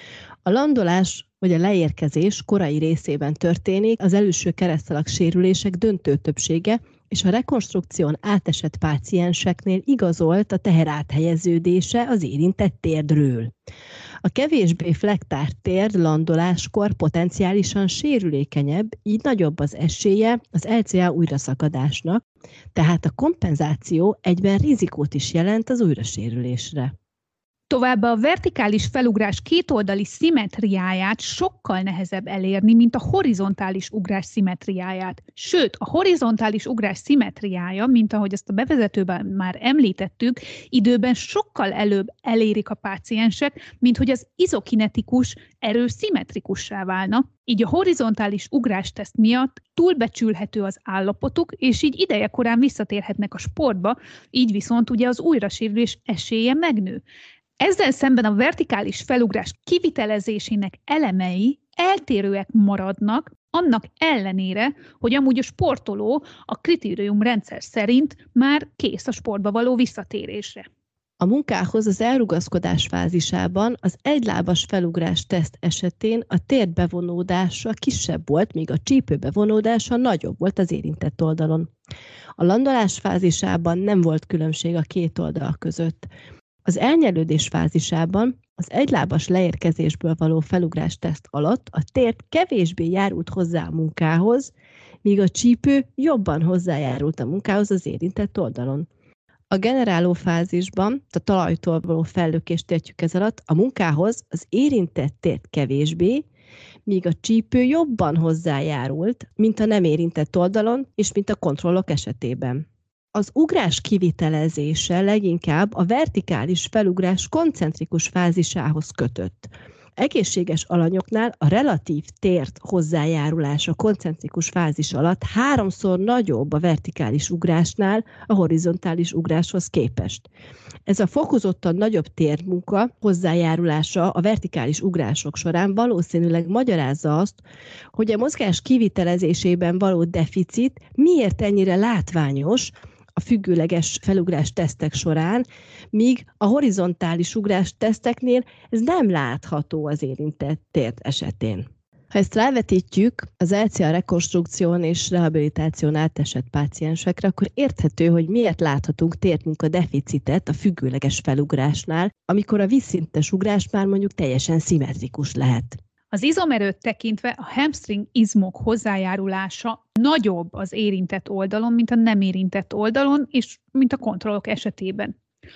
A landolás vagy a leérkezés korai részében történik, az előső keresztszalag sérülések döntő többsége és a rekonstrukción átesett pácienseknél igazolt a teher áthelyeződése az érintett térdről. A kevésbé flektárt térd landoláskor potenciálisan sérülékenyebb, így nagyobb az esélye az LCA újraszakadásnak, tehát a kompenzáció egyben rizikót is jelent az újrasérülésre. Továbbá a vertikális felugrás kétoldali szimmetriáját sokkal nehezebb elérni, mint a horizontális ugrás szimmetriáját. Sőt, a horizontális ugrás szimmetriája, mint ahogy ezt a bevezetőben már említettük, időben sokkal előbb elérik a páciensek, mint hogy az izokinetikus erő szimmetrikussá válna. Így a horizontális ugrásteszt miatt túlbecsülhető az állapotuk, és így idejekorán visszatérhetnek a sportba, így viszont ugye az újrasérülés esélye megnő. Ezzel szemben a vertikális felugrás kivitelezésének elemei eltérőek maradnak, annak ellenére, hogy amúgy a sportoló a kritériumrendszer szerint már kész a sportba való visszatérésre. A munkához az elrugaszkodás fázisában az egylábas felugrás teszt esetén a térd bevonódása kisebb volt, míg a csípő bevonódása nagyobb volt az érintett oldalon. A landolás fázisában nem volt különbség a két oldal között. Az elnyelődés fázisában az egylábas leérkezésből való felugrás teszt alatt a térd kevésbé járult hozzá a munkához, míg a csípő jobban hozzájárult a munkához az érintett oldalon. A generáló fázisban, a talajtól való fellökést értjük ez alatt, a munkához az érintett térd kevésbé, míg a csípő jobban hozzájárult, mint a nem érintett oldalon, és mint a kontrollok esetében. Az ugrás kivitelezése leginkább a vertikális felugrás koncentrikus fázisához kötött. Egészséges alanyoknál a relatív térd hozzájárulása koncentrikus fázis alatt 3-szor nagyobb a vertikális ugrásnál a horizontális ugráshoz képest. Ez a fokozottan nagyobb térdmunka hozzájárulása a vertikális ugrások során valószínűleg magyarázza azt, hogy a mozgás kivitelezésében való deficit miért ennyire látványos a függőleges felugrás tesztek során, míg a horizontális ugrás teszteknél ez nem látható az érintett térd esetén. Ha ezt rávetítjük az LCA rekonstrukción és rehabilitáción átesett páciensekre, akkor érthető, hogy miért láthatunk térdmunka deficitet a függőleges felugrásnál, amikor a vízszintes ugrás már mondjuk teljesen szimmetrikus lehet. Az izomerőt tekintve a hamstring izmok hozzájárulása nagyobb az érintett oldalon, mint a nem érintett oldalon, és mint a kontrollok esetében.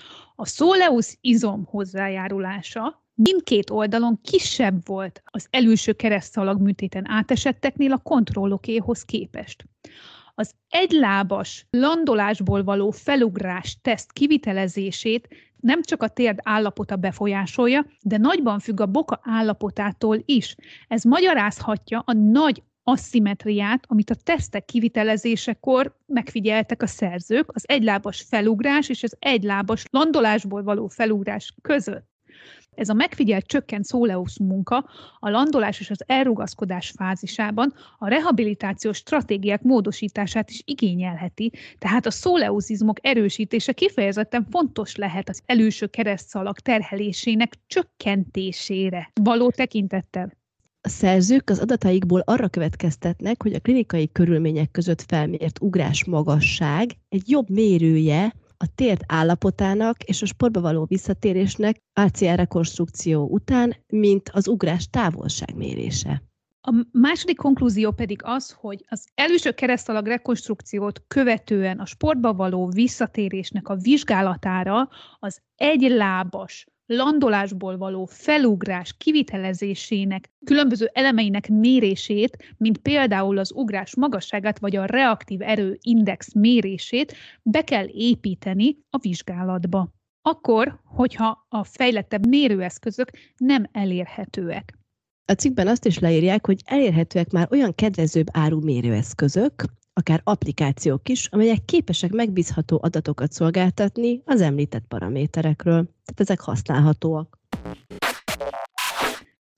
A soleus izom hozzájárulása mindkét oldalon kisebb volt az elülső keresztszalag műtéten átesetteknél a kontrollokéhoz képest. Az egylábas landolásból való felugrás teszt kivitelezését nem csak a térd állapota befolyásolja, de nagyban függ a boka állapotától is. Ez magyarázhatja a nagy asszimetriát, amit a tesztek kivitelezésekor megfigyeltek a szerzők, az egylábas felugrás és az egylábas landolásból való felugrás között. Ez a megfigyelt csökkent soleus munka a landolás és az elrugaszkodás fázisában a rehabilitációs stratégiák módosítását is igényelheti, tehát a soleus izmok erősítése kifejezetten fontos lehet az elülső keresztszalag terhelésének csökkentésére való tekintettel. A szerzők az adataikból arra következtetnek, hogy a klinikai körülmények között felmért ugrás magasság egy jobb mérője a térd állapotának és a sportba való visszatérésnek ACL rekonstrukció után, mint az ugrás távolság mérése. A második konklúzió pedig az, hogy az elülső keresztszalag rekonstrukciót követően a sportba való visszatérésnek a vizsgálatára az egylábas landolásból való felugrás kivitelezésének különböző elemeinek mérését, mint például az ugrás magasságát vagy a reaktív erőindex mérését be kell építeni a vizsgálatba. Akkor, hogyha a fejlettebb mérőeszközök nem elérhetőek. A cikkben azt is leírják, hogy elérhetőek már olyan kedvezőbb áru mérőeszközök, akár applikációk is, amelyek képesek megbízható adatokat szolgáltatni az említett paraméterekről. Tehát ezek használhatóak.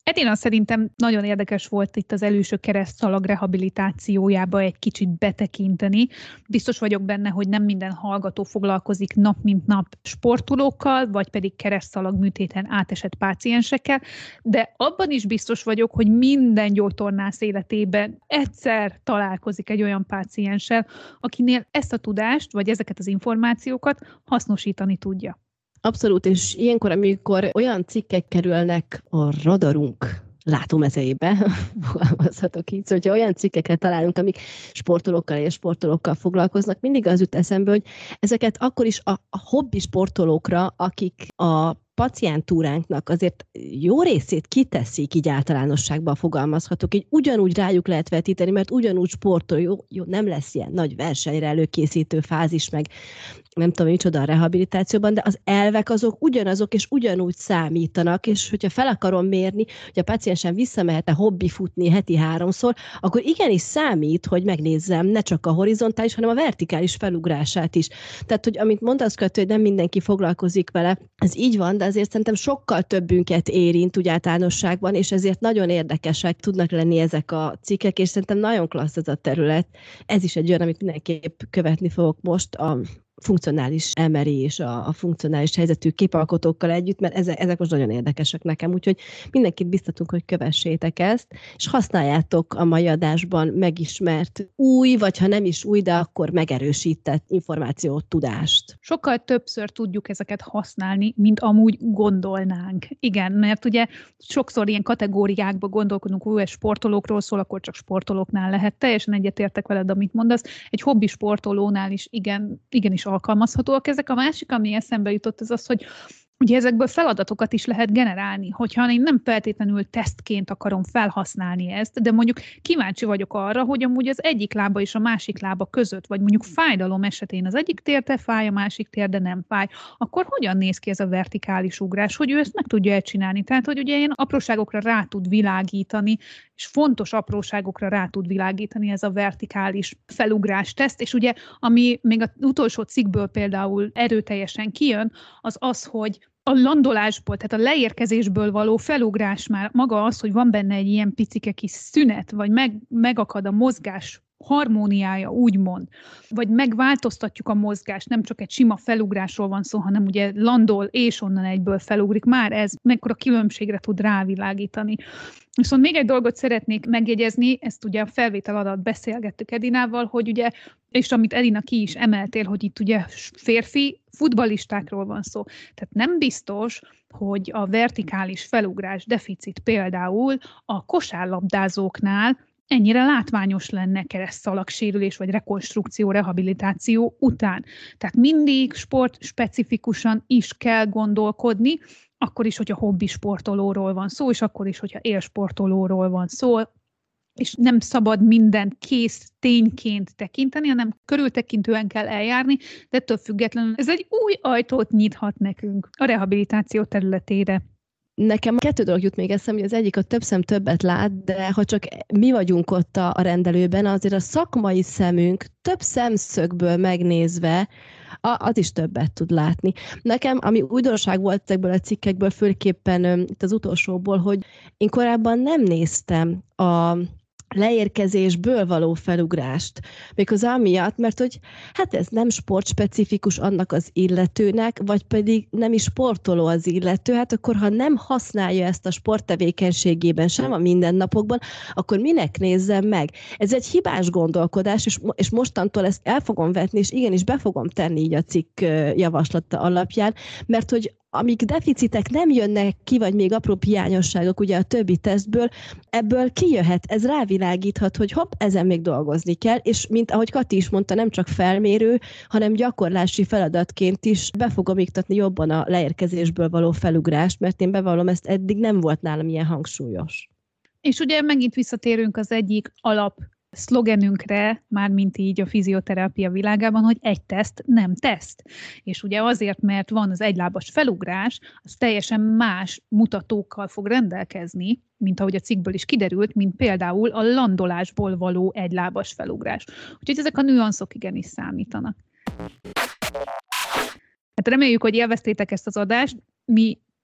Edina szerintem nagyon érdekes volt itt az Elősök keresztszalag rehabilitációjába egy kicsit betekinteni. Biztos vagyok benne, hogy nem minden hallgató foglalkozik nap mint nap sportolókkal, vagy pedig keresztszalag műtéten átesett páciensekkel, de abban is biztos vagyok, hogy minden gyógytornász életében egyszer találkozik egy olyan pácienssel, akinél ezt a tudást, vagy ezeket az információkat hasznosítani tudja. Abszolút, és ilyenkor, amikor olyan cikkek kerülnek a radarunk látómezejébe, fogalmazhatok így, szóval, hogyha olyan cikkekre találunk, amik sportolókkal és sportolókkal foglalkoznak, mindig az jut eszembe, hogy ezeket akkor is a hobbi sportolókra, akik a pacientúránknak azért jó részét kiteszik, így általánosságban fogalmazhatok, így ugyanúgy rájuk lehet vetíteni, mert ugyanúgy sportol, jó, nem lesz ilyen nagy versenyre előkészítő fázis, meg nem tudom, micsoda a rehabilitációban, de az elvek azok ugyanazok, és ugyanúgy számítanak, és hogyha fel akarom mérni, hogy a páciensen visszamehet-e hobbi futni heti 3-szor, akkor igenis számít, hogy megnézzem ne csak a horizontális, hanem a vertikális felugrását is. Tehát, hogy amit mondasz, Kati, hogy nem mindenki foglalkozik vele, ez így van, de azért szerintem sokkal többünket érint úgy általánosságban, és ezért nagyon érdekesek tudnak lenni ezek a cikkek, és szerintem nagyon klassz ez a terület. Ez is egy olyan, amit mindenképp követni fogok most a funkcionális MRI és a funkcionális helyzetű képalkotókkal együtt, mert ezek most nagyon érdekesek nekem, úgyhogy mindenkit biztatunk, hogy kövessétek ezt, és használjátok a mai adásban megismert új, vagy ha nem is új, de akkor megerősített információt, tudást. Sokkal többször tudjuk ezeket használni, mint amúgy gondolnánk. Igen, mert ugye sokszor ilyen kategóriákba gondolkodunk, hogy sportolókról szól, akkor csak sportolóknál lehet. Teljesen egyetértek veled, amit mondasz. Egy hobbi sportolónál is igenis alkalmazhatóak ezek. A másik, ami eszembe jutott, az az, hogy ugye ezekből feladatokat is lehet generálni, hogyha én nem feltétlenül tesztként akarom felhasználni ezt, de mondjuk kíváncsi vagyok arra, hogy amúgy az egyik lába és a másik lába között, vagy mondjuk fájdalom esetén az egyik térde fáj, a másik térde nem fáj, akkor hogyan néz ki ez a vertikális ugrás, hogy ő ezt meg tudja csinálni. Tehát, hogy ugye ilyen apróságokra rá tud világítani, és fontos apróságokra rá tud világítani ez a vertikális felugrás teszt, és ugye, ami még az utolsó cikkből például erőteljesen kijön, az az, hogy a landolásból, tehát a leérkezésből való felugrás már maga az, hogy van benne egy ilyen picike kis szünet, vagy megakad a mozgás harmóniája, úgymond, vagy megváltoztatjuk a mozgást, nem csak egy sima felugrásról van szó, hanem ugye landol és onnan egyből felugrik, már ez mekkora különbségre tud rávilágítani. Viszont még egy dolgot szeretnék megjegyezni, ezt ugye a felvétel alatt beszélgettük Edinával, hogy ugye, és amit Edina ki is emeltél, hogy itt ugye férfi futballistákról van szó. Tehát nem biztos, hogy a vertikális felugrás deficit például a kosárlabdázóknál ennyire látványos lenne keresztszalagsérülés vagy rekonstrukció, rehabilitáció után. Tehát mindig sportspecifikusan is kell gondolkodni, akkor is, hogyha hobbi sportolóról van szó, és akkor is, hogyha élsportolóról van szó, és nem szabad mindent kész tényként tekinteni, hanem körültekintően kell eljárni, de ettől függetlenül ez egy új ajtót nyithat nekünk a rehabilitáció területére. Nekem 2 dolog jut még eszembe, hogy az egyik, a több szem többet lát, de ha csak mi vagyunk ott a rendelőben, azért a szakmai szemünk több szemszögből megnézve, az is többet tud látni. Nekem, ami újdonság volt ezekből a cikkekből, főképpen itt az utolsóból, hogy én korábban nem néztem a leérkezésből való felugrást. Méghozzá amiatt, mert hogy hát ez nem sportspecifikus annak az illetőnek, vagy pedig nem is sportoló az illető, hát akkor ha nem használja ezt a sporttevékenységében, sem a mindennapokban, akkor minek nézzem meg? Ez egy hibás gondolkodás, és mostantól ezt el fogom vetni, és igenis be fogom tenni így a cikk javaslata alapján, mert hogy amíg deficitek nem jönnek ki, vagy még apró hiányosságok ugye a többi tesztből, ebből kijöhet, ez rávilágíthat, hogy hopp, ezen még dolgozni kell, és mint ahogy Kati is mondta, nem csak felmérő, hanem gyakorlási feladatként is be fogom iktatni jobban a leérkezésből való felugrást, mert én bevallom, ezt eddig nem volt nálam ilyen hangsúlyos. És ugye megint visszatérünk az egyik alap szlogenünkre, mármint így a fizioterápia világában, hogy egy teszt nem teszt. És ugye azért, mert van az egylábas felugrás, az teljesen más mutatókkal fog rendelkezni, mint ahogy a cikkből is kiderült, mint például a landolásból való egylábas felugrás. Úgyhogy ezek a nüanszok igenis számítanak. Hát reméljük, hogy élveztétek ezt az adást. Mi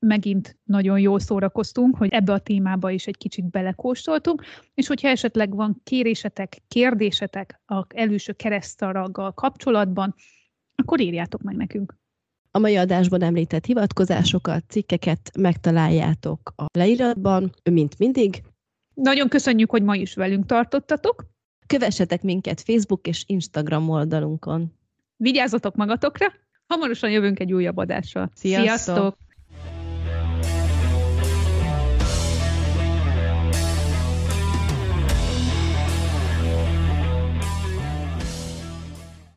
megint nagyon jól szórakoztunk, hogy ebbe a témába is egy kicsit belekóstoltunk, és hogyha esetleg van kérésetek, kérdésetek az Elülső keresztszalaggal kapcsolatban, akkor írjátok meg nekünk. A mai adásban említett hivatkozásokat, cikkeket megtaláljátok a leíratban, mint mindig. Nagyon köszönjük, hogy ma is velünk tartottatok. Kövessetek minket Facebook és Instagram oldalunkon. Vigyázzatok magatokra, hamarosan jövünk egy újabb adással. Sziasztok! Sziasztok!